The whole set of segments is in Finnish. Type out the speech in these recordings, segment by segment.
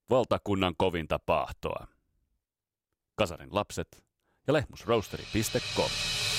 valtakunnan kovinta paahtoa. Kasarin lapset ja lehmusroasteri.com.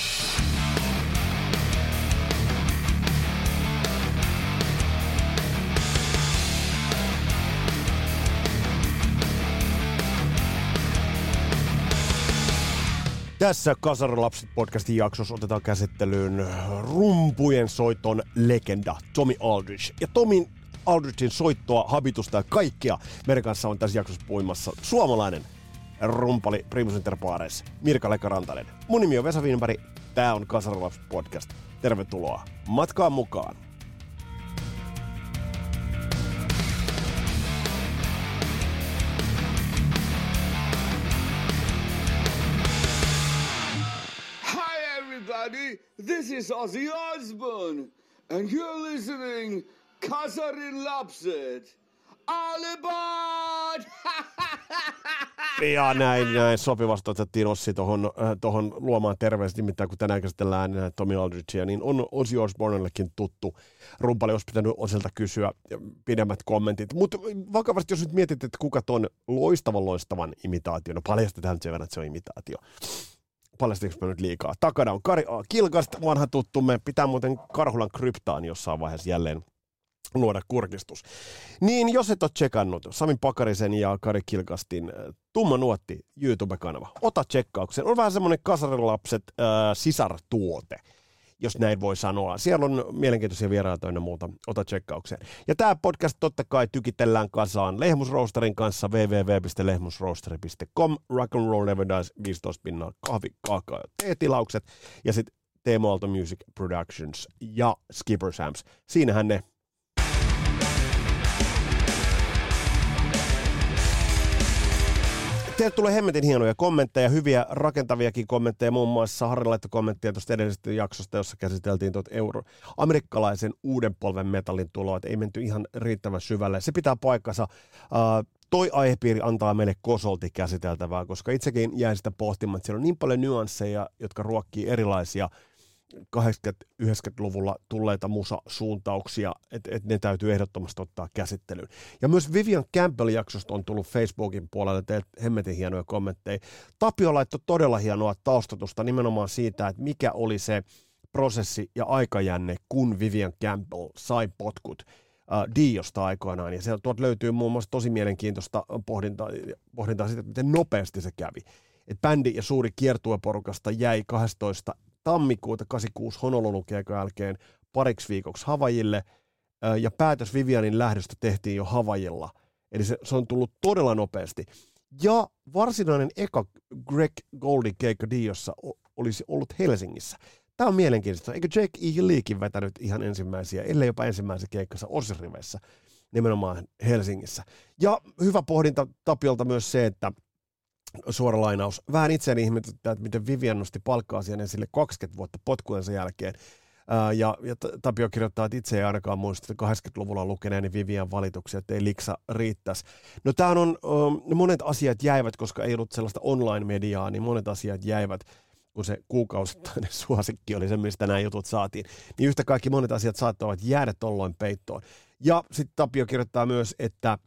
Tässä Kasarin lapset podcastin jaksossa otetaan käsittelyyn rumpujen soiton legenda Tommy Aldridge. Ja Tommy Aldridgein soittoa, habitusta ja kaikkea meidän kanssa on tässä jaksossa puimassa suomalainen rumpali primus inter pares Mirka-Lekka Rantanen. Mun nimi on Vesa Wienberg, tää on Kasarin lapset podcast. Tervetuloa matkaan mukaan! This is Ozzy Osbourne, and you're listening Kasarin lapset. All aboard! Ja näin sopivasti otettiin Ossi tohon luomaan terveistä, nimittäin kun tänään käsitellään Tommy Aldridgea, niin on Ozzy Osbournellekin tuttu rumpali, olisi pitänyt Osilta kysyä pidemmät kommentit. Mutta vakavasti, jos nyt mietit, että kuka ton loistavan imitaation, no paljastetaan sen verran, että se on imitaatio. Paljastinko nyt liikaa? Takana on Kari A. Kilgast, vanha tuttumme. Pitää muuten Karhulan kryptaan jossain vaiheessa jälleen luoda kurkistus. Niin jos et ole tsekannut Sami Pakarisen ja Kari Kilgastin Tumma nuotti YouTube-kanava, ota tsekkauksen. On vähän semmoinen Kasarin lapset sisartuote, jos näin voi sanoa. Siellä on mielenkiintoisia vieraita ynnä muuta. Ota tsekkaukseen. Ja tämä podcast totta kai tykitellään kasaan Lehmusroasterin kanssa www.lehmusroasteri.com. Rock'n'Roll Never Dies 15 pinnaa kahvi, kaakao ja teetilaukset. Ja sitten Teemu Aalto Music Productions ja Skipper Sams. Siinähän ne. Teille tulee hemmetin hienoja kommentteja, hyviä rakentaviakin kommentteja, muun muassa Harri laittoi kommenttia tuosta edellisestä jaksosta, jossa käsiteltiin amerikkalaisen uuden polven metallin tuloa, että ei menty ihan riittävän syvälle. Se pitää paikkansa. Toi aihepiiri antaa meille kosolti käsiteltävää, koska itsekin jäin sitä pohtimaan, että siellä on niin paljon nyansseja, jotka ruokkii erilaisia 80-90-luvulla tulleita musasuuntauksia, että ne täytyy ehdottomasti ottaa käsittelyyn. Ja myös Vivian Campbell-jaksosta on tullut Facebookin puolelle teiltä hemmetin hienoja kommentteja. Tapio laittoi todella hienoa taustatusta nimenomaan siitä, että mikä oli se prosessi ja aikajänne, kun Vivian Campbell sai potkut Diosta aikoinaan. Ja tuolta löytyy muun muassa tosi mielenkiintoista pohdintaa siitä, miten nopeasti se kävi. Et bändi ja suuri kiertueporukasta jäi 12. tammikuuta 86 Honolulu-kiekon jälkeen pariksi viikoksi Havajille, ja päätös Vivianin lähdöstä tehtiin jo Havajilla. Eli se on tullut todella nopeasti. Ja varsinainen eka Greg Goldin keikka Diossa olisi ollut Helsingissä. Tämä on mielenkiintoista. Eikö Jake E. Leekin vetänyt ihan ensimmäisiä, ellei jopa ensimmäisen keikkansa Ozzy-riveissä, nimenomaan Helsingissä. Ja hyvä pohdinta Tapiolta myös se, että suora lainaus. Vähän itseäni ihmetyttää, että miten Vivian nosti palkka-asian esille 20 vuotta potkujensa jälkeen. Ja Tapio kirjoittaa, että itse ei ainakaan muista, että 80-luvulla lukeneeni Vivian valituksia, että ei liksa riittäisi. No tämähän on, monet asiat jäivät, koska ei ollut sellaista online-mediaa, niin monet asiat jäivät, kun se kuukausittainen suosikki oli se, mistä nämä jutut saatiin. Niin yhtä kaikki monet asiat saattavat jäädä tolloin peittoon. Ja sitten Tapio kirjoittaa myös, että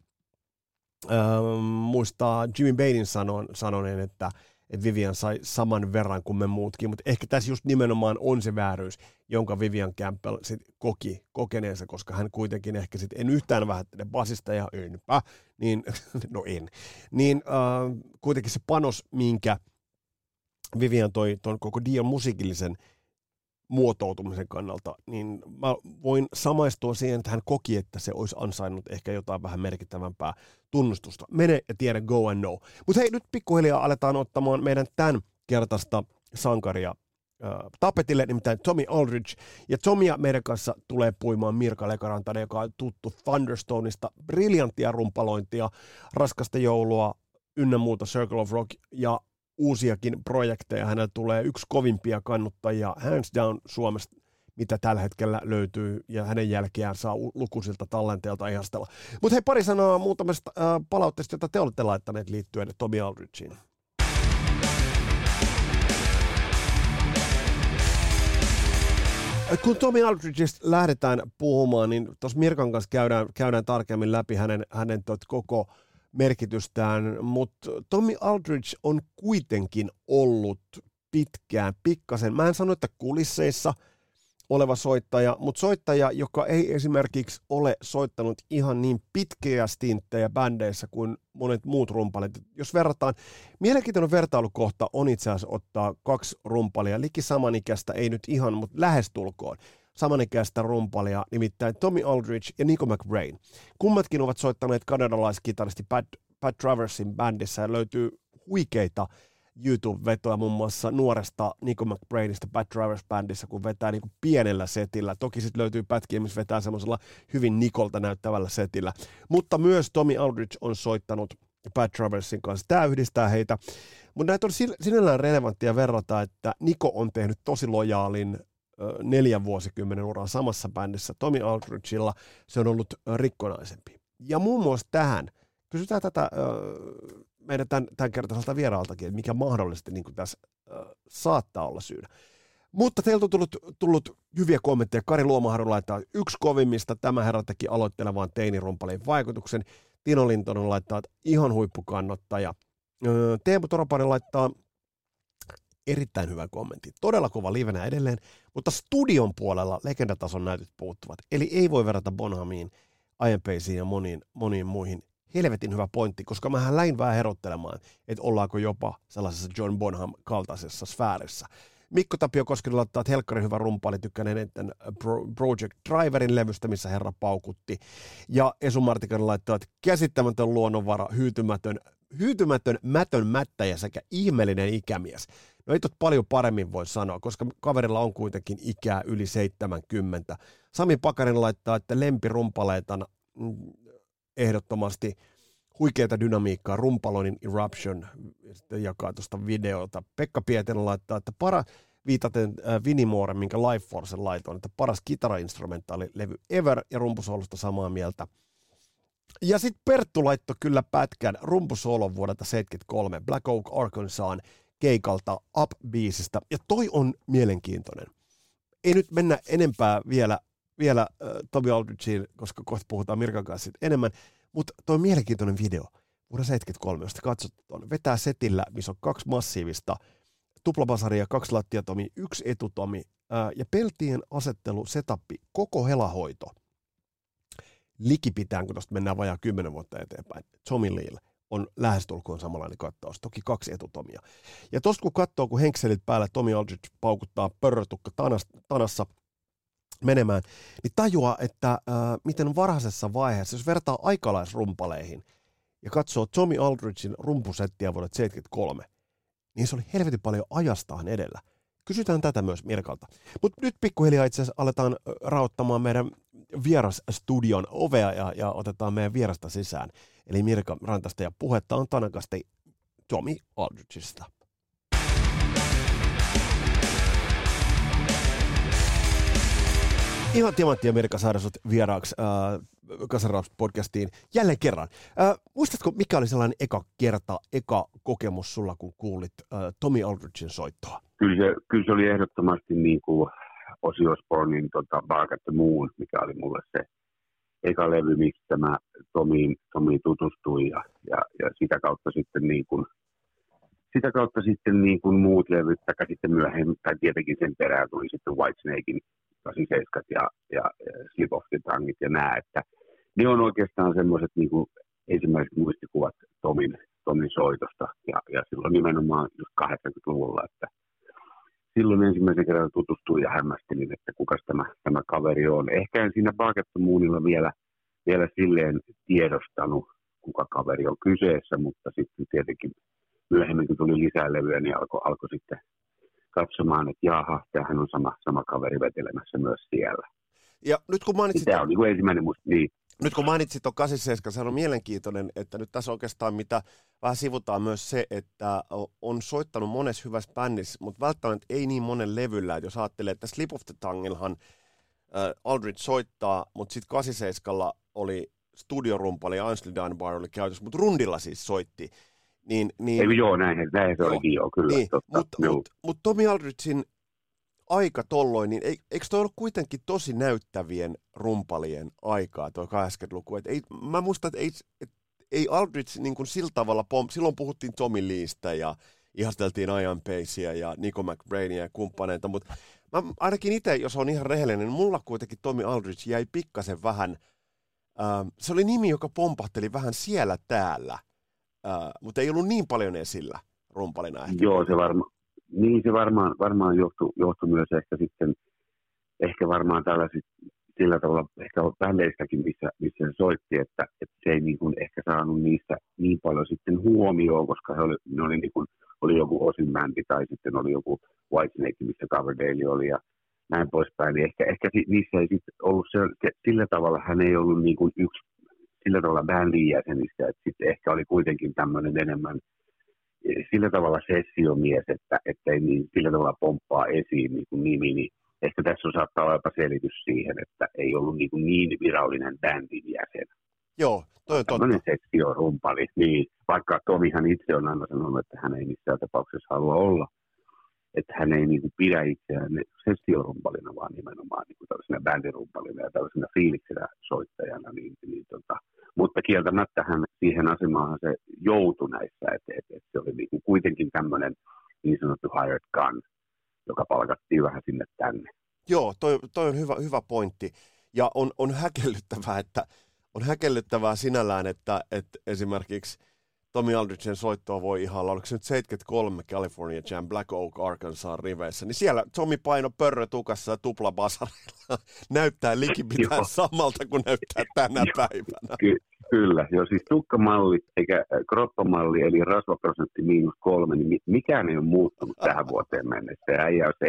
muistaa Jimmy Bainin sanoneen, että Vivian sai saman verran kuin me muutkin, mutta ehkä tässä just nimenomaan on se vääryys, jonka Vivian Campbell sit koki kokeneensa, koska hän kuitenkin ehkä sitten en yhtään vähättele basista ja enpä, niin no en, niin kuitenkin se panos, minkä Vivian toi ton koko Dion musiikillisen muotoutumisen kannalta, niin mä voin samaistua siihen, että hän koki, että se olisi ansainnut ehkä jotain vähän merkittävämpää tunnustusta. Mene ja tiedä, go and know. Mutta hei, nyt pikkuhiljaa aletaan ottamaan meidän tämän kertaista sankaria tapetille, nimittäin Tommy Aldridge. Ja Tomia meidän kanssa tulee puimaan Mirka-Lekka Rantanen, joka on tuttu Thunderstoneista, briljanttia rumpalointia, raskasta joulua, ynnä muuta Circle of Rock ja uusiakin projekteja. Hänellä tulee yksi kovimpia kannuttajia hands down Suomesta, mitä tällä hetkellä löytyy, ja hänen jälkeään saa lukuisilta tallenteilta ihastella. Mutta hei, pari sanaa muutamasta palautteesta, jota te olette laittaneet liittyen Tommy Aldridgeen. Kun Tommy Aldridgeista lähdetään puhumaan, niin tuossa Mirkan kanssa käydään tarkemmin läpi hänen koko merkitystään, mutta Tommy Aldridge on kuitenkin ollut pitkään pikkasen, mä en sano, että kulisseissa oleva soittaja, mutta soittaja, joka ei esimerkiksi ole soittanut ihan niin pitkiä stinttejä bändeissä kuin monet muut rumpalit. Jos verrataan, mielenkiintoinen vertailukohta on itse asiassa ottaa 2 rumpalia, liki samanikäistä, ei nyt ihan, mutta lähestulkoon samanikäistä rumpalia, nimittäin Tommy Aldridge ja Nico McBrain. Kummatkin ovat soittaneet kanadalaiskitaristi Pat Traversin bändissä ja löytyy huikeita YouTube-vetoja muun muassa nuoresta Nico McBrainista Pat Travers-bändissä, kun vetää niin kuin pienellä setillä. Toki sitten löytyy pätkiä, missä vetää semmoisella hyvin Nicolta näyttävällä setillä. Mutta myös Tommy Aldridge on soittanut Pat Traversin kanssa. Tämä yhdistää heitä. Mutta näitä on sinällään relevanttia verrata, että Nico on tehnyt tosi lojaalin 4 vuosikymmenen uraa samassa bändissä. Tommy Aldridgeilla se on ollut rikkonaisempi. Ja muun muassa tähän, kysytään tätä meidän tämänkertaiselta vieraaltakin, että mikä mahdollisesti niin kuin tässä saattaa olla syynä. Mutta teiltä on tullut hyviä kommentteja. Kari Luomaharju laittaa yksi kovimmista. Tämä herra teki aloittelevaan teinirumpaliin vaikutuksen. Tino Lintonen laittaa ihan huippukannattaja. Teemu Toropainen laittaa erittäin hyvän kommentin. Todella kova livenä edelleen, mutta studion puolella legendatason näytöt puuttuvat. Eli ei voi verrata Bonhamiin, IMP:siin ja moniin muihin. Helvetin hyvä pointti, koska mähän läin vähän herottelemaan, että ollaanko jopa sellaisessa John Bonham kaltaisessa sfäärissä. Mikko Tapio Koskinen laittaa, että helkkari hyvä rumpaali, tykkään eniten Project Driverin levystä, missä herra paukutti. Ja Esu Martikainen laittaa, että käsittämätön luonnonvara, hyytymätön mättäjä sekä ihmeellinen ikämies. No ei tot paljon paremmin voi sanoa, koska kaverilla on kuitenkin ikää yli 70. Sami Pakarin laittaa, että lempirumpaleitana ehdottomasti huikeata dynamiikkaa, Rumpalonin Eruption, sitten jakaa tuosta videota. Pekka Pietinen laittaa, että viitaten Vinnie minkä Life Forcen laitoon, että paras kitarainstrumentaalilevy ever, ja rumpusoolosta samaa mieltä. Ja sitten Perttu laittoi kyllä pätkän rumpusoolon vuodelta 73 Black Oak Arkansasin keikalta Up-biisistä, ja toi on mielenkiintoinen. Ei nyt mennä enempää vielä Tommy Aldridgeen, koska kohta puhutaan Mirkan kanssa enemmän, mutta toi on mielenkiintoinen video vuonna 73, josta katsot tuonne. Vetää setillä, missä on 2 massiivista tuplabasaria, 2 lattiatomi, 1 etutomi ja peltien asettelu, setappi, koko helahoito. Likipitään, kun tuosta mennään vajaa 10 vuotta eteenpäin. Tommy Leelle on lähestulkoon samanlainen kattaus, toki 2 etutomia. Ja tuosta kun katsoo, kun henkselit päällä Tommy Aldridge paukuttaa pörrötukka tanassa menemään, niin tajuaa, että miten varhaisessa vaiheessa, jos vertaa aikalaisrumpaleihin ja katsoo Tommy Aldridgein rumpusettiä vuodelta 73, niin se oli helvetin paljon ajastaan edellä. Kysytään tätä myös Mirkalta. Mutta nyt pikkuhiljaa itse asiassa aletaan raottamaan meidän vierasstudion ovea ja otetaan meidän vierasta sisään. Eli Mirka Rantasta ja puhetta on tanakasti Tommy Aldridgeista. Ihan timanttia Mirka saada sut vieraaksi Kasaraups-podcastiin jälleen kerran. Muistatko, mikä oli sellainen eka kokemus sulla, kun kuulit Tommy Aldridgen soittoa? Kyllä se oli ehdottomasti niin kuin Ozzy Osbournen Bark at the Moon, mikä oli mulle se eka levy, mistä mä Tomiin tutustuin ja sitä kautta sitten niin kuin muut levyt, tai sitten myöhemmin, tai tietenkin sen perään tuli sitten Whitesnakein 87 ja Slip of the Tongueit ja nää, että ne on oikeastaan semmoiset niin kuin ensimmäiset muistikuvat Tomin soitosta ja silloin nimenomaan just 80-luvulla, että silloin ensimmäisen kerran tutustuin ja hämmästelin, että kukas tämä kaveri on. Ehkä en siinä Bark at the Moonilla vielä silleen tiedostanut, kuka kaveri on kyseessä, mutta sitten tietenkin myöhemmin, kun tuli lisää levyjä, niin alkoi sitten katsomaan, että jaha, tämähän on sama kaveri vetelemässä myös siellä. Ja nyt kun mainitsit... Tämä on niin kuin ensimmäinen musta, niin. Nyt kun mainitsit tuon 87, se on mielenkiintoinen, että nyt tässä oikeastaan mitä vähän sivutaan myös se, että on soittanut monessa hyvässä bändissä, mutta välttämättä ei niin monen levyllä, että jos ajattelee, että Slip of the Tongueilhan Aldridge soittaa, mutta sitten 87 oli studiorumpali ja Ainsley Dunbar oli käytössä, mutta rundilla siis soitti. Ei, joo, näin se olikin, joo, kyllä. Niin, mutta Tommy Aldridgein aika tolloin, niin eikö toi ollut kuitenkin tosi näyttävien rumpalien aikaa, toi 80-luku? Mä muistan, että ei Aldridge niin kuin sillä tavalla, silloin puhuttiin Tommy Leestä ja ihasteltiin Ian Pacea ja Nico McBrainia ja kumppaneita, mutta mä ainakin itse, jos on ihan rehellinen, niin mulla kuitenkin Tommy Aldridge jäi pikkasen vähän, se oli nimi, joka pompahteli vähän siellä täällä, mutta ei ollut niin paljon esillä rumpalina ehkä. Joo, se varmaan johtui myös ehkä varmaan tällaiset sillä tavalla ehkä bändeistäkin, missä se soitti, että se ei niin kuin ehkä saanut niistä niin paljon sitten huomioon, koska ne oli, niin kuin, oli joku Osin bändi tai sitten oli joku Whitesnake, missä Coverdale oli ja näin poispäin. Niin ehkä niissä ei sitten ollut sillä tavalla, hän ei ollut niin kuin yksi sillä tavalla bändin jäsenistä, että sitten ehkä oli kuitenkin tämmöinen enemmän sillä tavalla sessiomies, että ei niin sillä tavalla pomppaa esiin niin kuin nimi, niin ehkä tässä saattaa olla jopa selitys siihen, että ei ollut niin virallinen bändin jäsen. Joo, toi on totta. Tämmöinen sessio-rumpali, niin vaikka Tomihan itse on aina sanonut, että hän ei missään tapauksessa halua olla, että hän ei niin kuin pidä itseään sessio-rumpalina, vaan nimenomaan niin kuin tällaisena bändirumpalina ja tällaisena fiiliksenä soittajana. Mutta kieltämättä hän siihen asemaan se joutui näissä, että se oli niin kuin kuitenkin tämmöinen niin sanottu hired gun, joka palkattiin vähän sinne tänne. Joo, toi on hyvä pointti. Ja on häkellyttävää sinällään, että esimerkiksi Tommy Aldridgen soittoa voi ihailla, oliko se nyt 73 California Jam Black Oak Arkansas riveissä, niin siellä Tommy paino pörrö tukassa ja tuplabasarilla näyttää likipitään samalta kuin näyttää tänä päivänä. Kyllä, joo, siis tukkamalli eikä kroppamalli, eli rasvaprosentti -3, niin mikään ei ole muuttunut tähän vuoteen mennessä, ja äijä on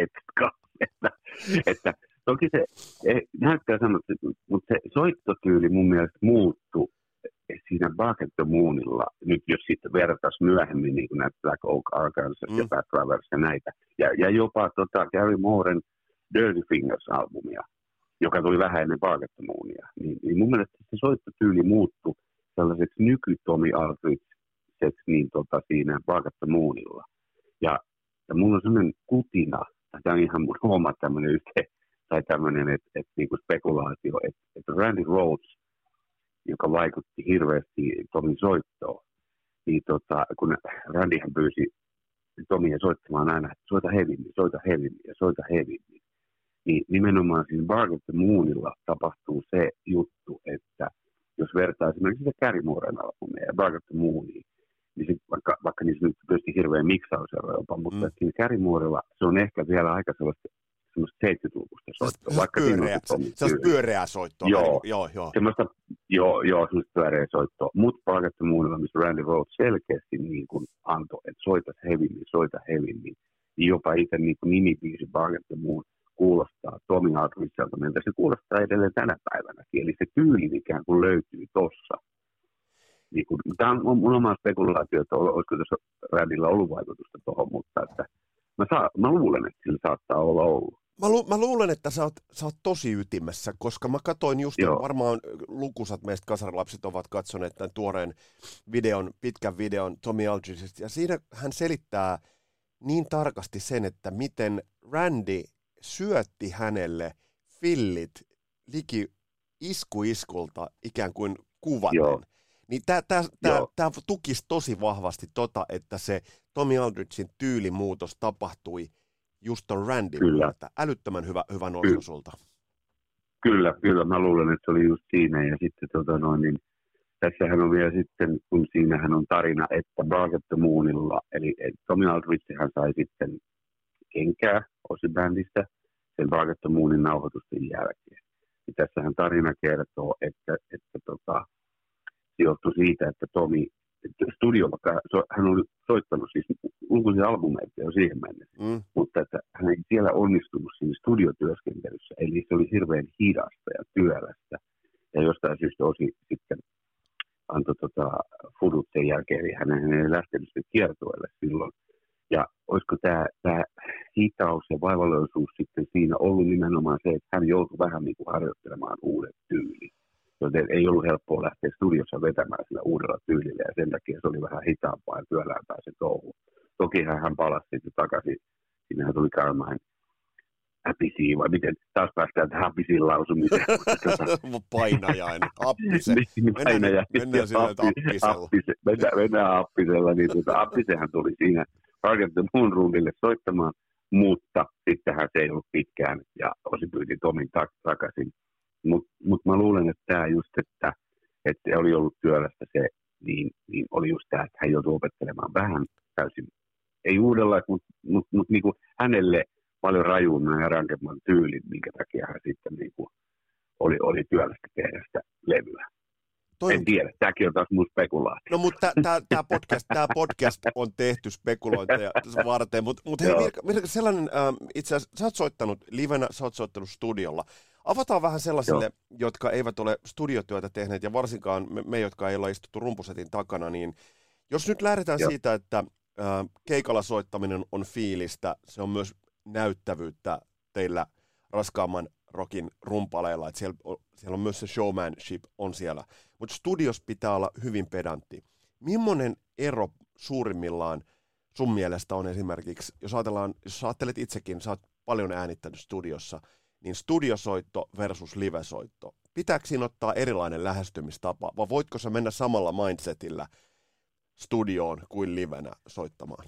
72, että toki se näyttää sanoa, mutta se soittotyyli mun mielestä muuttui siinä Buck at the Moonilla, nyt jos sitten vertaisi myöhemmin niin kuin näitä Black Oak Arkansas ja Bad Brothers ja näitä, ja jopa Gary Mooren Dirty Fingers-albumia, joka tuli vähän ennen Buck at the Moonia, niin mun mielestä se soittotyyli muuttui sellaiseksi nyky-Tommy Aldridgeksi niin siinä Buck at the Moonilla. Ja mulla on sellainen kutina, tämä on ihan mun oma tämmöinen tai tämmöinen niin kuin spekulaatio, että Randy Rhoads, joka vaikutti hirveästi Tomin soittoon, niin kun Randyhän pyysi Tomia soittamaan aina, että soita hevimmin, niin nimenomaan siinä Buck at the Moonilla tapahtuu se juttu, että jos vertaa esimerkiksi se Gary Mooren albumia ja Buck at the Moonia, niin vaikka niissä nyt tietysti hirveä miksausero jopa, mutta siinä Gary Moorella se on ehkä vielä aika semmoista 70-luvusta soittoa. Sellaista pyöreää soittoa. Joo. Semmoista pyöreää soittoa. Mutta Buck at the Moonilla, missä Randy Rhoads selkeästi niin kuin antoi, että soita hevimmin. Niin jopa itse niin kuin nimibiisi Buck at the Moon kuulostaa Tommy Aldridgelta, miltä se kuulostaa edelleen tänä päivänäkin. Eli se tyyli ikään kuin löytyy tossa. Niin tämä on mun oma spekulaatio, että olisiko tuossa Randylla ollut vaikutusta tuohon, mutta että mä luulen, että sillä saattaa olla ollut. Mä luulen, että sä oot tosi ytimessä, koska mä katsoin just, varmaan lukuisat meistä kasarilapset ovat katsoneet tämän tuoreen pitkän videon Tommy Aldridgeista, ja siinä hän selittää niin tarkasti sen, että miten Randy syötti hänelle fillit liki iskulta ikään kuin kuvaten. Joo. Niin tämä tukisi tosi vahvasti että se Tommy Aldridgen tyylimuutos tapahtui just ton Randyn myötä. Älyttömän hyvä nosto sulta. Kyllä, mä luulen, että se oli just siinä. Ja sitten niin tässähän on vielä sitten, kun siinähän on tarina, että Buck at the Moonilla, eli Tommy Aldridgehän sai sitten kenkää Ozzy-bändistä sen Buck at the Moonin nauhoitusten jälkeen. Ja tässähän tarina kertoo, että se johtui siitä, että Tommy studiolla, hän oli soittanut siis lukuisia albumeita jo siihen mennessä, mutta että hän ei siellä onnistunut siinä studiotyöskentelyssä, eli se oli hirveän hidasta ja työlästä, ja jostain syystä sitten antoi fudut sen jälkeen, eli hän ei lähtenyt kiertueelle silloin, ja olisiko tämä hitaus ja vaivalloisuus sitten siinä ollut nimenomaan se, että hän joutui vähän niin kuin harjoittelemaan uudet tyylit. Joten ei ollut helppoa lähteä studiossa vetämään sillä uudella tyylillä, ja sen takia se oli vähän hitaampaa ja työläämpää se touhu. Toki hän palasi sitten takaisin, siinähän tuli Carmine Äpisiin, vai miten taas päästään tähän Appisiin lausumiseen. Painajainen, Appise. Mennään sillä, että Appisella. Mennään Appisella, niin Appisehän tuli siinä Rocket the Moon Roomille soittamaan, mutta sittenhän se ei ollut pitkään ja osin pyytin Tomin takaisin. Mutta mä luulen, että tämä just, että oli ollut työlästä se, niin oli just tämä, että hän joutui opettelemaan vähän täysin, ei uudella, mutta niinku hänelle paljon rajuunnan ja rankemman tyylin, minkä takia hän sitten niinku oli työlästä tehdä sitä levyä. En tiedä, tämäkin on taas mun spekulaatio. No mutta tämä podcast on tehty spekulointeja varten, mutta hei Mirka, sellainen, itse asiassa sä oot soittanut livenä, sä oot soittanut studiolla. Avataan vähän sellaisille, jotka eivät ole studiotyötä tehneet, ja varsinkaan me jotka ei ole istuttu rumpusetin takana, niin jos nyt lähdetään siitä, että keikalla soittaminen on fiilistä, se on myös näyttävyyttä teillä raskaamman rockin rumpaleilla, että siellä on myös se showmanship on siellä, mutta studios pitää olla hyvin pedantti. Millainen ero suurimmillaan sun mielestä on esimerkiksi, jos ajattelet itsekin, sä oot paljon äänittänyt studiossa, niin studiosoitto versus livesoitto. Pitääkö siinä ottaa erilainen lähestymistapa, vai voitko sä mennä samalla mindsetillä studioon kuin livenä soittamaan?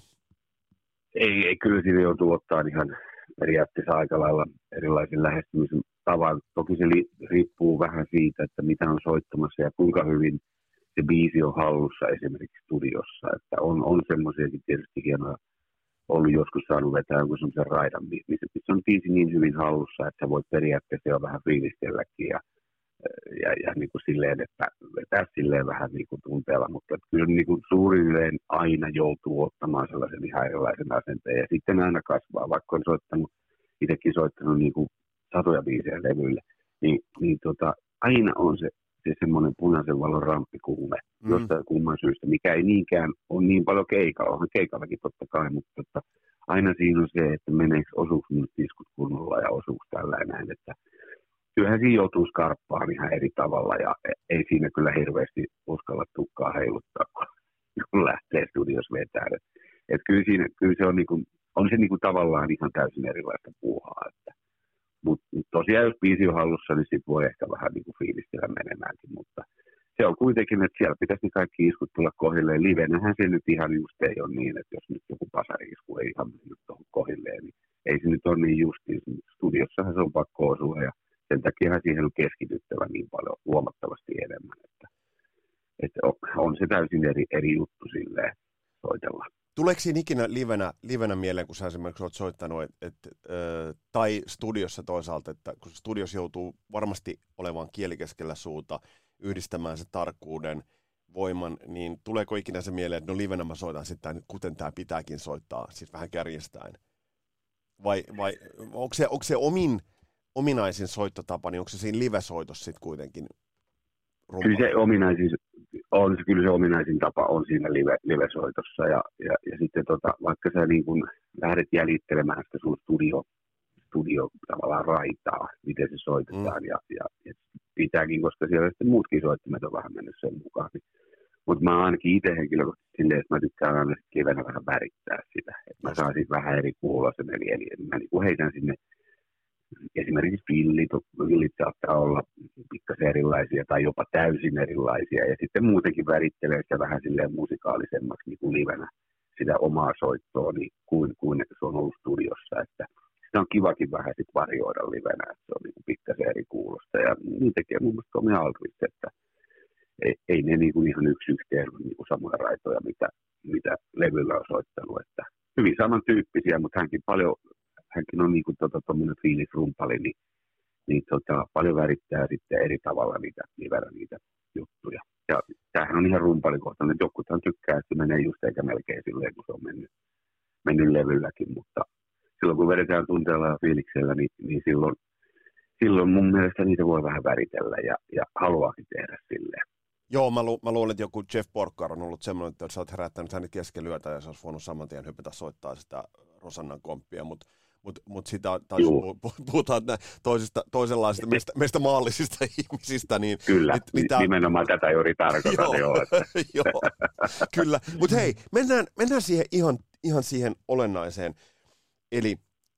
Ei, kyllä siinä joutuu ottaa ihan periaatteessa aika lailla erilaisen lähestymisen tavan. Toki se riippuu vähän siitä, että mitä on soittamassa ja kuinka hyvin se biisi on hallussa esimerkiksi studiossa. Että on semmoisiakin tietysti hienoja ollut joskus saanut vetää jonkun semmoisen raidan, missä on biisi niin hyvin hallussa, että sä voit periaatteessa jo vähän fiilistelläkin ja niin kuin silleen, että vetää silleen vähän niin kuin tunteella, mutta kyllä niin kuin suurilleen aina joutuu ottamaan sellaisen ihan erilaisen asenteen ja sitten aina kasvaa, vaikka on itsekin soittanut niin kuin satoja biisejä levyille, niin aina on se semmoinen punaisen valon ramppikuume jostain kumman syystä, mikä ei niinkään ole niin paljon keikalla, onhan keikallakin totta kai, mutta aina siinä on se, että osuuko minut iskut kunnolla ja osuuko tällainen, että kyllähän siinä joutuu skarppaan ihan eri tavalla ja ei siinä kyllä hirveästi uskalla tukkaa heiluttaa, kun lähtee studios vetää. Et kyllä se on, on se tavallaan ihan täysin erilaista puuhaa. Mutta tosiaan jos biisi on hallussa, niin sitten voi ehkä vähän fiilistellä menemäänkin, mutta se on kuitenkin, että siellä pitäisi ne kaikki iskut tulla kohilleen. Livenähän se nyt ihan just ei ole niin, että jos nyt joku pasari-isku ei ihan mennyt tuohon kohilleen, niin ei se nyt ole niin justiin. Studiossahan se on pakko osua ja sen takia siihen on keskityttävä niin paljon huomattavasti enemmän, että on se täysin eri juttu silleen soitella. Tuleeko siinä ikinä livenä mieleen, kun sä esimerkiksi olet soittanut, tai studiossa toisaalta, että kun studios joutuu varmasti olemaan kieli keskellä suuta, yhdistämään se tarkkuuden, voiman, niin tuleeko ikinä se mieleen, että no livenä mä soitan sitten, kuten tämä pitääkin soittaa, siis vähän kärjistäen? Vai onko se ominaisin soittotapa, niin onko se siinä livesoitossa sitten kuitenkin rumpa? Kyllä se ominaisin tapa on siinä livesoitossa ja sitten vaikka sä niin kun lähdet jäljittelemään sitä sun studio tavallaan raitaa, miten se soitetaan ja pitääkin, koska siellä sitten muutkin soittimet on vähän mennyt sen mukaan. Mutta mä ainakin itse henkilökohtaisesti silleen, että mä tykkään aina livenä vähän värittää sitä, että mä saan siitä vähän eri kuulosen, eli mä niin heitän sinne esimerkiksi villit saattaa olla pikkasen erilaisia tai jopa täysin erilaisia ja sitten muutenkin värittelee sitä vähän silleen musikaalisemmaksi niin kuin livenä sitä omaa soittoa niin kuin se on ollut studiossa, että sitä on kivakin vähän sit varjoida livenä, että se on niin kuin pikkasen eri kuulosta ja niin tekee mun mielestä Tommy Ahlqvist, että ei ne niin kuin ihan yksi yhteen niin kuin samoja raitoja, mitä levyllä on soittanut, että hyvin samantyyppisiä, mutta hänkin on niin kuin tuommoinen fiilisrumpali, niin paljon värittää sitten eri tavalla niitä juttuja. Ja tämähän on ihan rumpalikohtainen, että jokuthan tykkää, että se menee just eikä melkein silleen, kun se on mennyt levylläkin, mutta silloin kun vedetään tunteella ja fiiliksellä, niin silloin mun mielestä niitä voi vähän väritellä ja haluaakin tehdä silleen. Joo, mä luulen, että joku Jeff Porcaro on ollut semmoinen, että sä oot herättänyt hänet kesken yötä ja sä ois voinut saman tien hypätä soittaa sitä Rosannan komppia, mutta sitä taas puhutaan toisenlaisista meistä maallisista ihmisistä. Niin, kyllä, nimenomaan tätä juuri tarkoitan. Joo, kyllä. Mutta hei, mennään siihen ihan siihen olennaiseen. Eli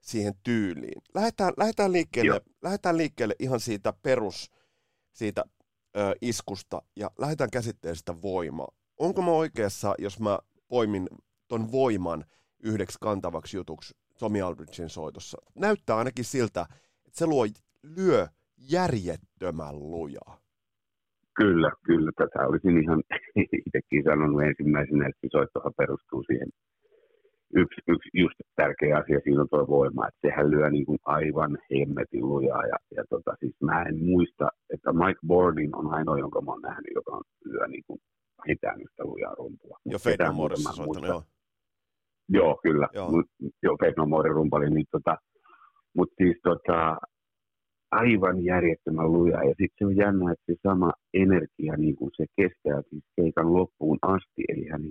siihen tyyliin. Lähdetään liikkeelle ihan siitä siitä iskusta ja lähdetään käsittelemään sitä voimaa. Onko mä oikeassa, jos mä poimin ton voiman yhdeksi kantavaksi jutuksi Tommy Aldridgen soitossa? Näyttää ainakin siltä, että se lyö järjettömän lujaa. Kyllä. Tätä olisin ihan itsekin sanonut ensimmäisenä, että soittohan perustuu siihen. Yksi just tärkeä asia siinä on tuo voima, että sehän lyö niin kuin aivan hemmetin lujaa. Ja siis mä en muista, että Mike Bordin on ainoa, jonka mä oon nähnyt, joka lyö niin kuin vähintään yhtä lujaa rumpua. Jo Faith No Moressa soittanut, joo. Joo, kyllä. Joo, Faith No More rumpali. Niin mutta siis aivan järjettömän luja. Ja sitten se on jännä, että se sama energia, niin kuin se kestää siis keikan loppuun asti. Eli hän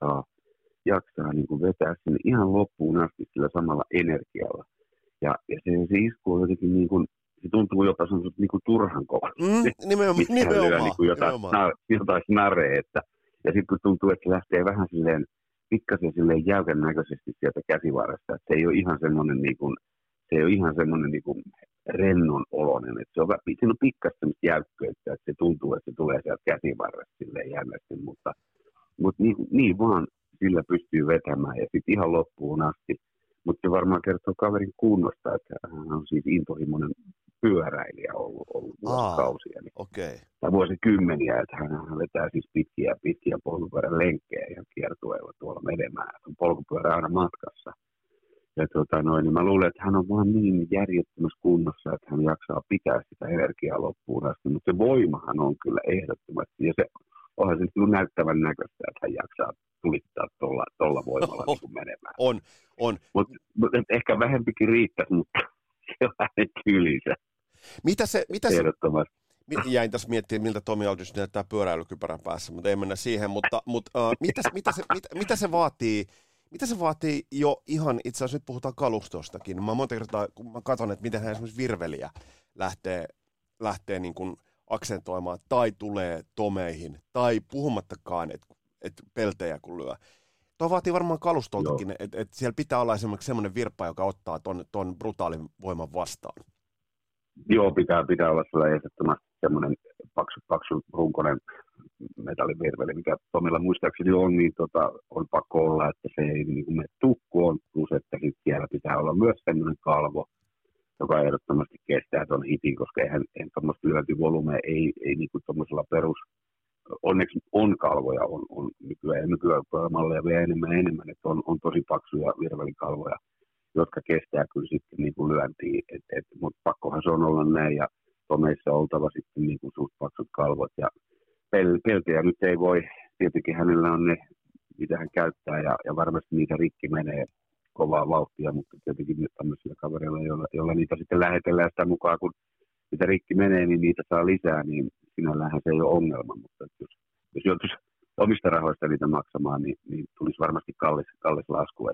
jaksaa niin kuin vetää sinne ihan loppuun asti sillä samalla energialla. Ja se isku on jotenkin niin kuin, se tuntuu jopa semmoiselta niin kuin turhan kova. Nimenomaan. Niin kuin jotain snareetta. Ja sitten kun tuntuu, että se lähtee vähän silleen, pikkasen silleen jäykän näköisesti sieltä käsivarresta. Että se ei ole ihan semmoinen niin kuin rennon oloinen. Että siinä on pikkasen semmoista jäykköyttä, että se tuntuu, että se tulee sieltä käsivarresta silleen jännästi. Mutta niin vaan sillä pystyy vetämään ja sitten ihan loppuun asti. Mutta se varmaan kertoo kaverin kunnosta, että hän on siis intohimoinen pyöräilijä ollut vuosikausia. Tai vuosikymmeniä, että hän vetää siis pitkiä polkupyörän lenkkejä ihan kiertueilla tuolla menemään. On polkupyörä aina matkassa. Ja niin mä luulen, että hän on vaan niin järjettömässä kunnossa, että hän jaksaa pitää sitä energiaa loppuun asti. Mutta se voimahan on kyllä ehdottomasti. Ja se onhan se näyttävän näköistä, että hän jaksaa tulittaa tuolla voimalla niin kuin menemään. On. Mutta ehkä vähempikin riittäisi, mutta se on hänen tyylinsä. Mitä se ehdottomasti. Jäin tässä miettimään, miltä Tommy Aldridge näyttää pyöräilykypärän päässä, mutta ei mennä siihen. Mutta mitä se vaatii? Mitä se vaatii jo ihan, itse asiassa nyt puhutaan kalustostakin. Mä monta kertaa, kun mä katson, että miten hän esimerkiksi virveliä lähtee niin kuin aksentoimaan tai tulee tomeihin, tai puhumattakaan, että peltejä kun lyö. Tuo vaatii varmaan kalustoltakin, että siellä pitää olla semmoinen virppa, joka ottaa ton brutaalin voiman vastaan. Joo, pitää olla sellainen ehdottomasti semmoinen paksu runkoinen metallivirveli, mikä Tomilla muistaakseni on, niin on pakko olla, että se ei niin kuin mene tukkoon, plus että sitten siellä pitää olla myös semmoinen kalvo, joka ehdottomasti kestää tuon hitin, koska eihän tuommoista lyöntivolumea ei niin kuin tuommoisella onneksi on kalvoja, on nykyään malleja vielä enemmän, että on tosi paksuja virvelikalvoja, jotka kestää kyllä sitten niin kuin lyöntiin, mutta pakkohan se on olla näin, ja Tomeissa on oltava sitten niin kuin suht paksut kalvot, ja peltejä nyt ei voi, tietenkin hänellä on ne, mitä hän käyttää, ja varmasti niitä rikki menee kovaa vauhtia, mutta tietenkin nyt tämmöisillä kavereilla, joilla niitä sitten lähetellään sitä mukaan, kun mitä rikki menee, niin niitä saa lisää, niin sinällähän se ei ole ongelma, mutta jos joutuisi omista rahoista niitä maksamaan, niin tulisi varmasti kallis lasku,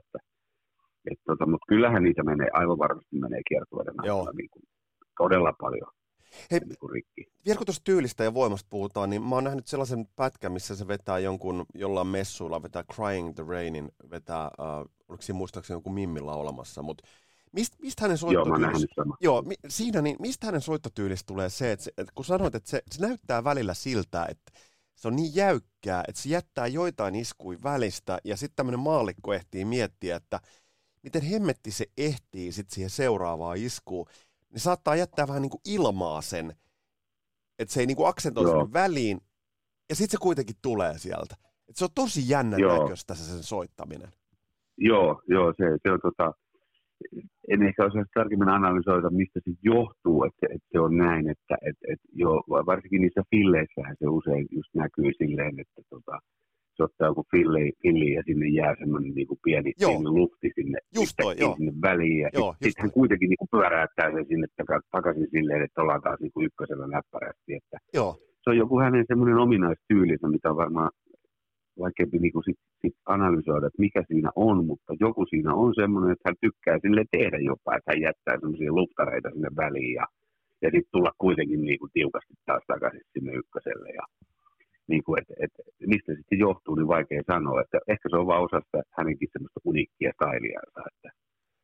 mutta kyllähän niitä menee, aivan varmasti menee kiertueiden aikana niin kuin todella paljon. Hei, niin rikki. Vielä kun tuosta tyylistä ja voimasta puhutaan, niin mä oon nähnyt sellaisen pätkän, missä se vetää jollain messuilla, vetää Crying the Rainin, vetää, oliko siinä muistaakseni joku Mimmi laulamassa, mutta mistä hänen soittotyylistä? Joo, siinä niin, mistä hänen soittotyylistä tulee se, että kun sanoit, että se näyttää välillä siltä, että se on niin jäykkää, että se jättää joitain iskuja välistä, ja sitten tämmöinen maallikko ehtii miettiä, että miten hemmetti se ehtii sitten siihen seuraavaan iskuun, niin saattaa jättää vähän niin kuin ilmaa sen, että se ei niin kuin aksentoi sinne väliin, ja sitten se kuitenkin tulee sieltä. Että se on tosi jännän näköistä se sen soittaminen. Joo, se on en ehkä osaa tarkemmin analysoida, mistä se johtuu, että se on näin, että varsinkin niissä filleissähän se usein just näkyy silleen, että se ottaa joku filli ja sinne jää semmoinen niin kuin pieni lufti sinne väliin. Ja sitten hän kuitenkin niin kuin pyöräyttää sen sinne takaisin silleen, että ollaan taas niin kuin ykkösellä näppärästi. Että se on joku hänen semmoinen ominaistyylinsä, mitä on varmaan vaikeampi niin kuin sit analysoida, että mikä siinä on, mutta joku siinä on semmoinen, että hän tykkää sille tehdä jopa, että hän jättää semmoisia luftareita sinne väliin ja sitten tulla kuitenkin niin kuin tiukasti taas takaisin sinne ykköselle. Ja niin kuin, että mistä sitten johtuu, niin vaikea sanoa. Että ehkä se on vaan osa sitä hänenkin semmoista uniikkia styliansa. Että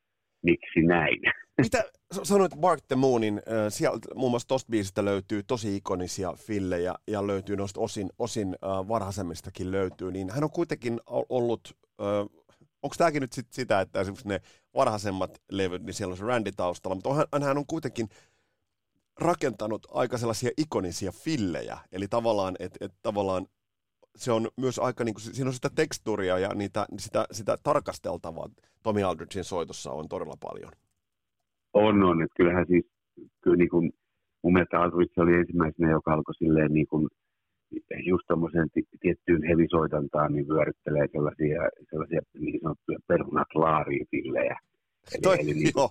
miksi näin. Mitä sanoit Bark the Moonin, sieltä muun muassa tosta biisistä löytyy tosi ikonisia fillejä ja löytyy noista osin varhaisemmistakin löytyy, niin hän on kuitenkin ollut, onko tämäkin nyt sitä, että esimerkiksi ne varhaisemmat levyt, niin siellä on se Randy taustalla, mutta hän on kuitenkin rakentanut aika sellaisia ikonisia fillejä, eli tavallaan, että tavallaan se on myös aika, niin kuin, siinä on sitä tekstuuria ja sitä tarkasteltavaa Tommy Aldridgein soitossa on todella paljon. On, että kyllähän siis, kyllä niin kuin, mun mielestä Aldridge oli ensimmäisenä, joka alkoi silleen niin kuin, just tommoseen tiettyyn hevisoitantaan, niin vyöryttelee sellaisia niin sanottuja perunat-laari-fillejä. Eli niin kuin,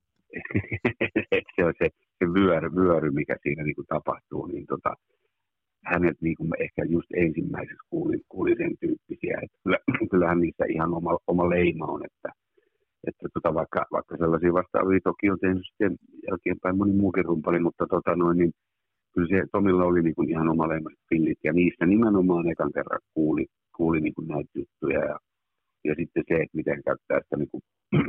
se on se vyöry, mikä siinä niin kuin tapahtuu, niin hänet niin kuin ehkä just ensimmäiseksi kuuli sen tyyppisiä, että kyllähän niissä ihan oma leima on, että vaikka sellaisia vastaavia toki on tehnyt sitten jälkeenpäin moni muukin rumpali, mutta niin kyllä se Tomilla oli niin kuin ihan oma leimaiset fillit ja niistä nimenomaan ekan kerran kuuli niin kuin näitä juttuja ja sitten se, että miten käyttää sitä niin kuin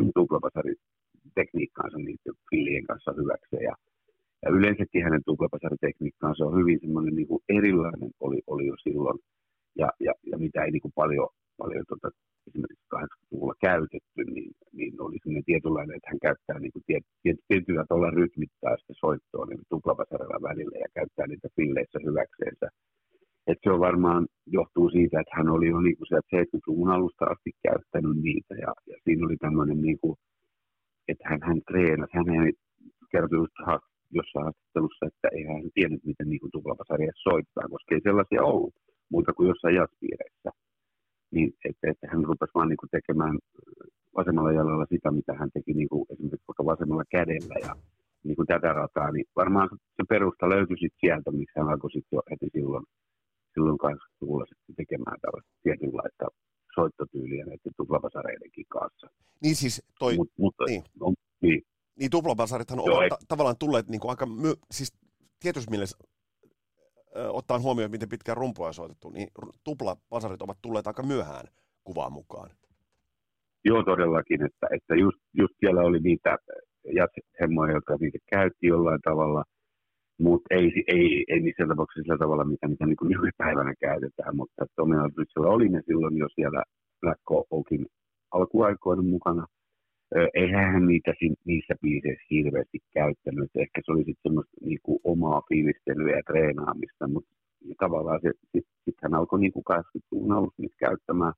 tuplapasaritekniikkaansa niiden fillien kanssa hyväkseen ja yleensäkin hänen tuplapasaritekniikkaansa on hyvin semmoinen niin kuin erilainen oli jo silloin ja mitä ei niin kuin paljon esimerkiksi 80-luvulla käytetty, niin oli semmoinen tietynlainen, että hän käyttää niin kuin tietyllä tavalla rytmittää sitä soittoa niin tuplapasarilla välillä ja käyttää niitä filleissä hyväkseensä. Että se on varmaan johtuu siitä, että hän oli jo niin kuin 70-luvun alusta asti käyttänyt niitä ja siinä oli tämmöinen, niin kuin, että hän treenasi, hän kertoi just jossain haastattelussa, että eihän hän tiennyt, miten niin kuin tuplapasaria soittaa, koska ei sellaisia ollut muuta kuin jossain jazzpiireissä. Niin, että hän rupesi vaan niin kuin tekemään vasemmalla jalalla sitä, mitä hän teki niin kuin esimerkiksi vaikka vasemmalla kädellä ja niin kuin tätä rataa, niin varmaan se perusta löytyi sitten sieltä, miksi hän alkoi sitten jo heti silloin 80-luvulla sitten tekemään tällaista tietynlaista soittotyyliä näiden tuplapasareidenkin kanssa. Niin siis niin tuplapasarithan ovat tavallaan tulleet niin kuin aika, siis tietysti mielessä ottaen huomioon, miten pitkään rumpua on soitettu, niin tuplapasarit ovat tulleet aika myöhään kuvaan mukaan. Joo, todellakin, että just siellä oli niitä jazzhemmoja, jotka niitä käytti jollain tavalla, mutta ei missään tapauksessa sillä tavalla, mitä niin kuin nykypäivänä käytetään, mutta Tommy Aldridgella oli ne silloin jo siellä Black Oakin alkuaikoina mukana. Eihän hän niissä biiseissä hirveästi käyttänyt. Ehkä se oli sitten semmoista niinku omaa fiilistelyä ja treenaamista, mutta tavallaan sitten hän alkoi niinku 80-luvun alussa niitä käyttämään.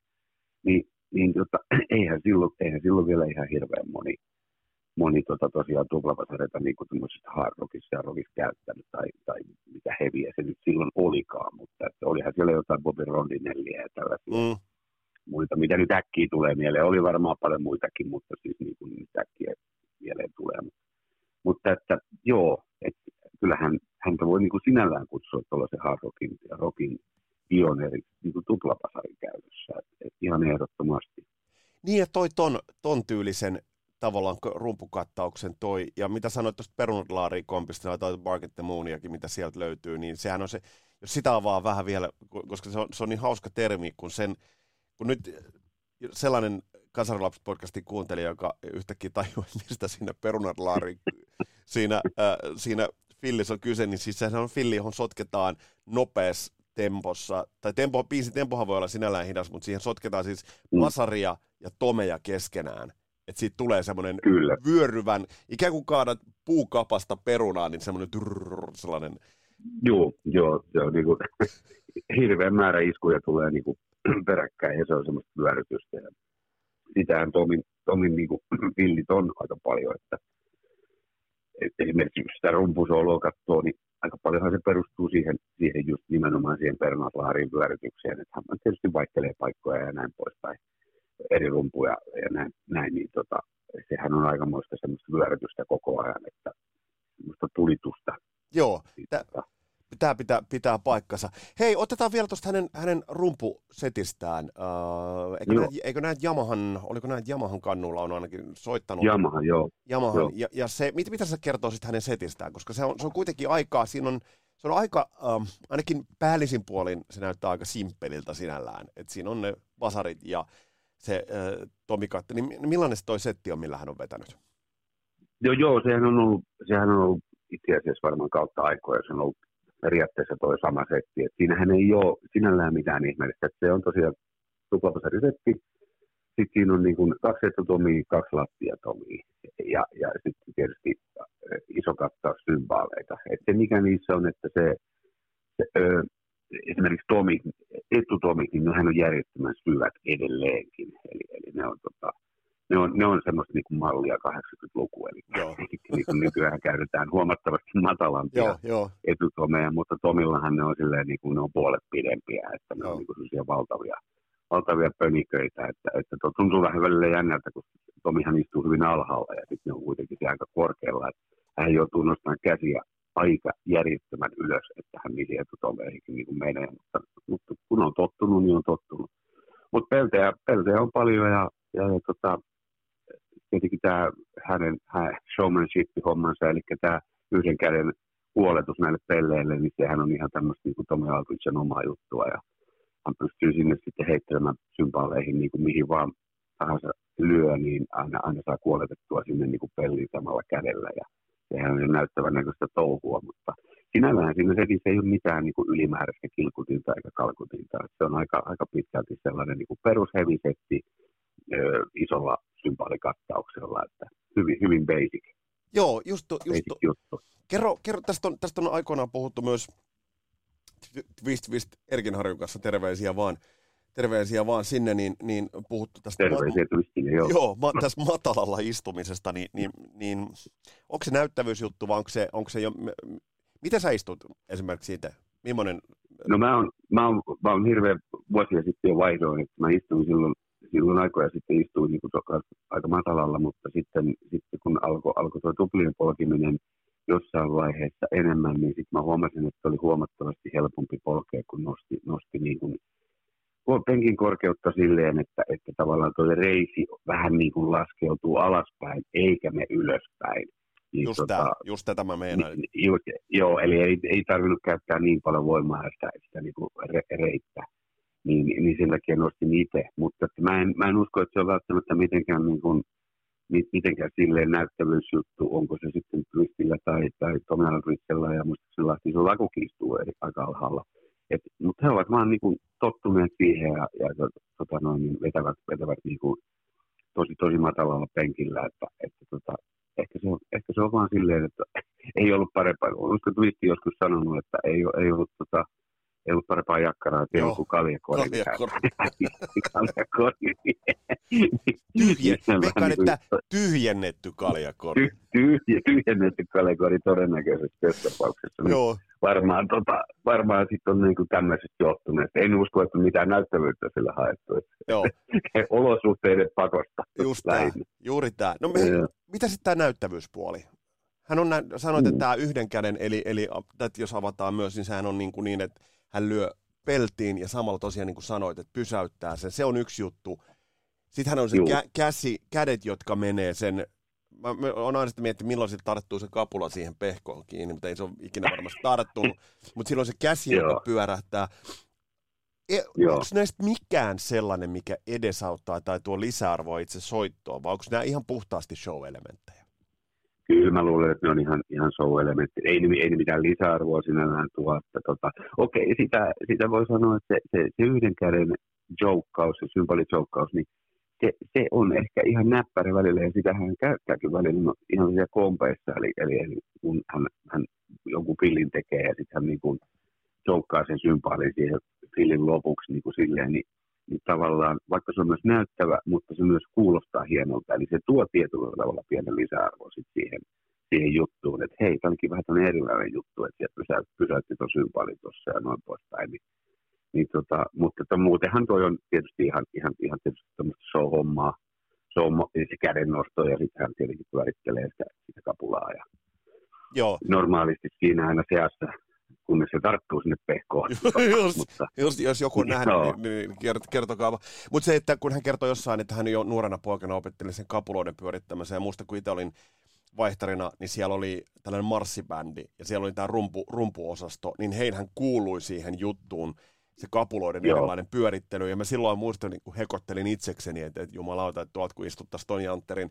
Eihän silloin vielä ihan hirveän moni tosiaan tuplapasareita niinku tämmöisessä hard rockissa ja rockissa käyttänyt tai mitä heviä se nyt silloin olikaan, mutta että olihan siellä jotain Bobby Rondinellia ja tällaisia. Muita, mitä nyt äkkiä tulee mieleen. Oli varmaan paljon muitakin, mutta siis niin kuin nyt äkkiä mieleen tulee. Mutta että joo, että kyllähän häntä voi niin kuin sinällään kutsua tuollaisen hard rockin pioneeriksi niin kuin tuplapasarin käytössä. Et ihan ehdottomasti. Niin ja toi ton tyylisen tavallaan rumpukattauksen toi, ja mitä sanoit tuosta perunatlaarikompista tai Bark the Mooniakin, mitä sieltä löytyy, niin sehän on se, jos sitä avaa vähän vielä, koska se on niin hauska termi, kun nyt sellainen Kasarilapset-podcastin kuuntelija, joka yhtäkkiä tajuu, mistä siinä perunatlaari siinä fillissä on kyse, niin siis sehän on filli, johon sotketaan nopeassa tempossa, tai biisin tempohan voi olla sinällään hidas, mutta siihen sotketaan siis pasaria ja tomeja keskenään. Että siitä tulee semmoinen vyöryvän, ikään kuin kaadat puukapasta perunaa, niin semmoinen sellainen. Joo, se on niinku hirveän määrä iskuja tulee niinku peräkkäin ja se on semmoista vyörytystä. Ja sitähän Tomin niinku pillit on aika paljon, että esimerkiksi jos sitä rumpusooloa katsoo, niin aika paljonhan se perustuu siihen just nimenomaan siihen perunatlaariin vyörytykseen, että hän tietysti vaihtelee paikkoja ja näin poispäin, eri rumpuja ja näin niin sehän on aikamoista semmoista vyörytystä koko ajan, että semmoista tulitusta. Joo, pitää paikkansa. Hei, otetaan vielä tuosta hänen rumpusetistään. Eikö näitä Yamahan kannulla on ainakin soittanut? Yamahan, joo. Ja se, mitä se kertoo sitten hänen setistään? Koska se on kuitenkin se on aika, ainakin päällisin puolin se näyttää aika simppeliltä sinällään. Että siinä on ne vasarit ja se tomikatte. Niin millainen se toi setti on, millä hän on vetänyt? Joo, sehän on ollut itse asiassa varmaan kautta aikoja, se on ollut periaatteessa toi sama setti. Et siinähän ei ole sinällään mitään ihmeellistä. Et se on tosiaan tuplapasariseppi. Sitten siinä on niin kuin 2 etutomia, 2 lattiatomia ja sitten tietysti iso kattaus symbaaleita. Et se mikä niissä on, että se esimerkiksi etutomit, niin nehän on järjettömän syvät edelleenkin. Eli ne on semmoista niin kuin mallia 80-lukua. Eli niin kuin nykyään käytetään huomattavasti matalampia etutomeja, mutta tomillahan ne on silleen niin kuin ne on puolet pidempiä, että ne on niin kuin sellaisia valtavia pöniköitä, että tuntuu vähän välillä jännältä, kun Tomihan istuu hyvin alhaalla ja sitten ne on kuitenkin aika korkealla, että hän joutuu nostamaan käsiä aika järjettömän ylös, että hän niihin etutomeihin niin kuin menee, mutta kun on tottunut, niin on tottunut. Mutta peltejä on paljon ja tietenkin tämä hänen showmanship-hommansa, eli tämä yhden käden huoletus näille pelleille, niin sehän on ihan tämmöistä niin kuin Tommy Aldridgen omaa juttua ja hän pystyy sinne sitten heittelemään symbaaleihin niin kuin mihin vaan tahansa lyö, niin aina saa kuoletettua sinne niin kuin pellin samalla kädellä ja sehän on näyttävän näköistä touhua, mutta sinällään siinä setissä ei ole mitään niin kuin ylimääräistä kilkutinta eikä kalkutinta. Se on aika pitkälti sellainen niin kuin perushevisetti isolla symbaalikattauksella, että hyvin basic. Joo, just juttu. Kerro tästä on aikoinaan puhuttu myös Twist Erkinharjun kanssa, terveisiä vaan sinne, niin puhuttu tästä terveisiä Twistille, joo. Joo, tästä matalalla istumisesta, niin onko se näyttävyysjuttu vai onko se jo, miten sä istut esimerkiksi siitä? Millainen? No mä oon hirveän vuosia sitten jo vaihdoin, että mä istuin silloin aikoja sitten istuin niin kuin aika matalalla, mutta sitten kun alkoi tuo tuplien polkiminen jossain vaiheessa enemmän, niin sitten mä huomasin, että oli huomattavasti helpompi polkea, kun nosti niin kuin penkin korkeutta silleen, että tavallaan tuo reisi vähän niin kuin laskeutuu alaspäin, eikä me ylöspäin. Niin just tätä mä meinaan. Joo, eli ei tarvinnut käyttää niin paljon voimaa sitä niin kuin reittä. Niin sen takia nostin itse, mutta mä en usko, että se on välttämättä mitenkään silleen näyttävyysjuttu, onko se sitten Twistillä tai Tommy Aldridgella ja muistaakseni Lahti Lakukin istuu aika alhaalla. Mutta he ovat vaan niin kuin tottuneet siihen ja niin vetävät niin kuin tosi matalalla penkillä, että ehkä se on vaan silleen, että ei ollut parempaa. Olisiko Twisti joskus sanonut, että ei ollut parempaa jakkaraa, että ei ollut kuin kaljakori. Veikkaan, että tyhjennetty kaljakori. Tyhjennetty kaljakori todennäköisesti tässä tapauksessa. Joo. Varmaan sitten on niinku tämmöisestä johtuneet. En usko, että mitään näyttävyyttä sillä haettu. Joo. Olosuhteiden pakosta. Just tämä, juuri tämä. No mitä sitten tämä näyttävyyspuoli? Hän on sanoit, että tämä yhden käden, eli jos avataan myös, niin sehän on niin, että hän lyö peltiin ja samalla tosiaan niin kuin sanoit, että pysäyttää sen. Se on yksi juttu. Sitten hän on se kädet, jotka menee sen. Mä oon aina sitä miettinyt, milloin sitten tarttuu se kapula siihen pehkoon kiinni, mutta ei se ole ikinä varmasti tarttunut. Mutta silloin se käsi, joka pyörähtää. Onko näistä mikään sellainen, mikä edesauttaa tai tuo lisäarvoa itse soittoon, vai onko nämä ihan puhtaasti show-elementtejä? Kyllä mä luulen, että ne on ihan show-elementtejä. Ei ne mitään lisäarvoa sinällään tuo. Okei, sitä voi sanoa, että se yhden käden joukkaus, se symbolijoukkaus, niin se on ehkä ihan näppärä välillä, ja sitä hän käyttääkin välillä ihan siellä kompeissa, eli kun hän jonkun pillin tekee, ja sitten hän niin kuin joukkaa sen symbaalin siihen pillin lopuksi niin kuin silleen, niin tavallaan, vaikka se on myös näyttävä, mutta se myös kuulostaa hienolta, eli se tuo tietyllä tavalla pienen lisäarvoa siihen juttuun, että hei, tämä onkin vähän tämmöinen erilainen juttu, että sieltä pysäytti tuon symbaalin tuossa ja noin poispäin, mutta muutenhan toi on tietysti ihan tietysti tämmöistä show-hommaa, se kädennosto ja sitten hän tietenkin pyörittelee sitä kapulaa ja joo. Normaalisti siinä aina seassa, kunnes se tarttuu sinne pehkoon. Just, jos joku on nähnyt, niin kertokaa. Mutta se, että kun hän kertoi jossain, että hän jo nuorena poikana opetteli sen kapuloiden pyörittämisen, ja muista kun itse olin vaihtarina, niin siellä oli tällainen marssibändi, ja siellä oli tämä rumpuosasto, niin heillähän kuului siihen juttuun se kapuloiden erilainen pyörittely, ja mä silloin muistan, kun hekottelin itsekseni, että jumalauta, että tuolta kun istuttaisiin Toni Antterin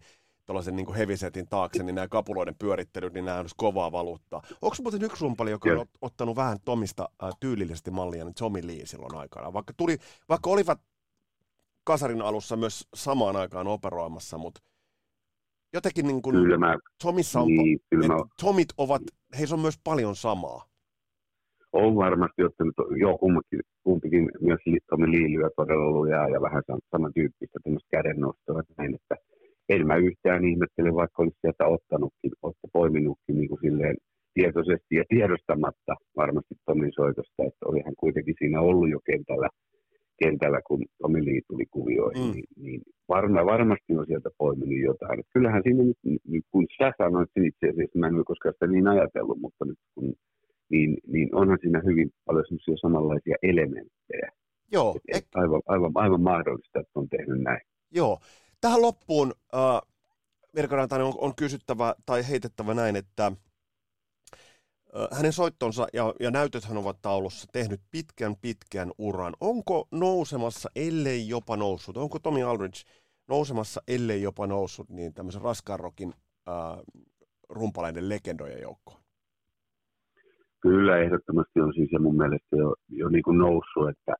tuollaisen niin hevisetin taakse, niin nämä kapuloiden pyörittelyt, niin nämä olisi kovaa valuuttaa. Onko muuten yksi rumpali, joka on ottanut vähän Tomista tyylillisesti mallia, niin Tommy Lee silloin aikana? Vaikka olivat kasarin alussa myös samaan aikaan operoimassa, mutta jotenkin niin kuin Tomissa on, Tomit ovat, heissä on myös paljon samaa. On varmasti ottanut, kumpikin myös Tommy Lee lyö todella lujaa ja vähän samantyyppistä tämmöistä kädennostoa näin, että en mä yhtään ihmettele, vaikka olisi sieltä poiminutkin niin kuin silleen tietoisesti ja tiedostamatta varmasti Tomin soitosta, että oli hän kuitenkin siinä ollut jo kentällä kun Tommy Lee tuli kuvioihin, niin varmasti on sieltä poiminut jotain. Että kyllähän siinä nyt, kun sä sanoit itse asiassa, mä en ole koskaan sitä niin ajatellut, mutta nyt kun niin onhan siinä hyvin paljon sellaisia samanlaisia elementtejä. Joo. Aivan mahdollista, että on tehnyt näin. Joo. Tähän loppuun Mirko Rantanen on kysyttävä tai heitettävä näin, että hänen soittonsa ja näytöthän ovat taulussa tehnyt pitkän uran. Onko nousemassa, ellei jopa noussut, onko Tommy Aldridge nousemassa, ellei jopa noussut, niin tämmöisen raskaan rockin rumpaleiden legendojen joukkoon? Kyllä ehdottomasti on siis ja mun mielestä jo niin kuin noussut, että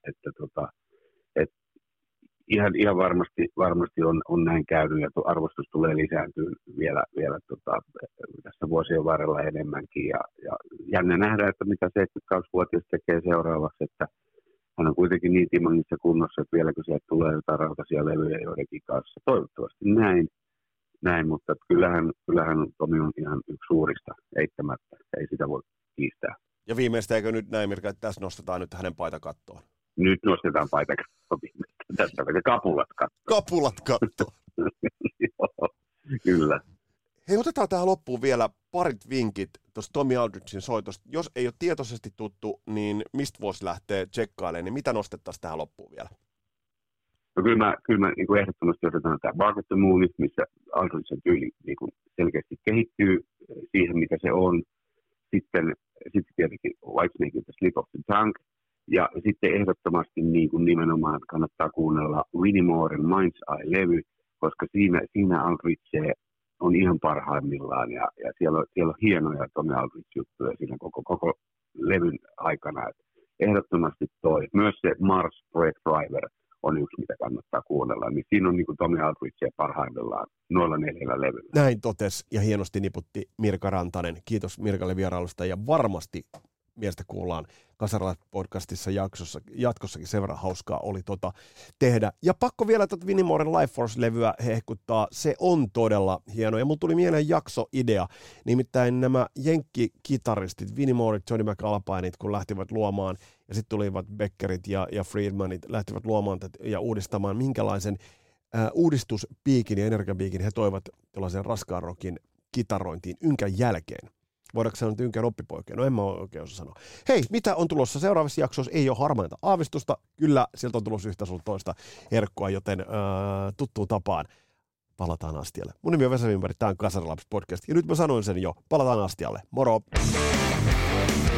ihan varmasti on näin käynyt ja arvostus tulee lisääntyä vielä tässä vuosien varrella enemmänkin ja jännä nähdä, että mitä 72-vuotias tekee seuraavaksi, että hän on kuitenkin niin timonnissa kunnossa, että vieläkö sieltä tulee jotain rautaisia levyjä joidenkin kanssa. Toivottavasti näin, mutta kyllähän Tomi on ihan yksi suurista eittämättä, ei sitä voi kiistää. Ja viimeistä eikö nyt näin, Mirka, että tässä nostetaan nyt hänen paitakattoon? Nyt nostetaan paitakattoon viimeistä. Tässä on kapulat kattoon. Kapulat kattoon. Joo, kyllä. Hei, otetaan tähän loppuun vielä parit vinkit tuosta Tommy Aldridgein soitosta. Jos ei ole tietoisesti tuttu, niin mistä voisi lähteä tsekkailemaan, niin mitä nostettaisiin tähän loppuun vielä? No kyllä mä niin ehdottomasti otetaan tämä Bark of the Moon, missä Aldridgein tyyli niin selkeästi kehittyy siihen, mitä se on. Sitten tietenkin Whitesnakein Slip of the Tongue. Ja sitten ehdottomasti niin kuin nimenomaan kannattaa kuunnella Winnie Mooren Mind's Eye-levy, koska siinä Aldridge on ihan parhaimmillaan ja siellä on hienoja Tommy Aldridge-juttuja siinä koko levyn aikana. Ehdottomasti toi. Myös se Mars Project Driver on yksi, mitä kannattaa kuunnella. Niin siinä on niin kuin Tommy Aldridge parhaimmillaan noilla 4 levyllä. Näin totesi ja hienosti niputti Mirka Rantanen. Kiitos Mirkalle vierailusta ja varmasti miestä kuullaan Kasarilaiset-podcastissa jatkossakin, sen verran hauskaa oli tehdä. Ja pakko vielä Winnie Mooren Life Force-levyä hehkuttaa, se on todella hieno. Ja mulla tuli mieleen jaksoidea, nimittäin nämä jenkkikitaristit, Winnie Moore, Johnny McAlpineit, kun lähtivät luomaan, ja sitten tulivat Beckerit ja Friedmanit, lähtivät luomaan ja uudistamaan, minkälaisen uudistuspiikin ja energiapiikin he toivat tällaisen raskaan rockin kitarointiin ynkän jälkeen. Voidaanko sanoa nyt ynkän oppipoikia? No en mä oikein osaa sanoa. Hei, mitä on tulossa seuraavassa jaksossa? Ei ole harmainta aavistusta. Kyllä, sieltä on tulossa yhtä sun toista herkkua, joten tuttuun tapaan palataan astialle. Mun nimi on Vesa Wimberg, tää on Kasarilapset podcast. Ja nyt mä sanoin sen jo. Palataan astialle. Moro!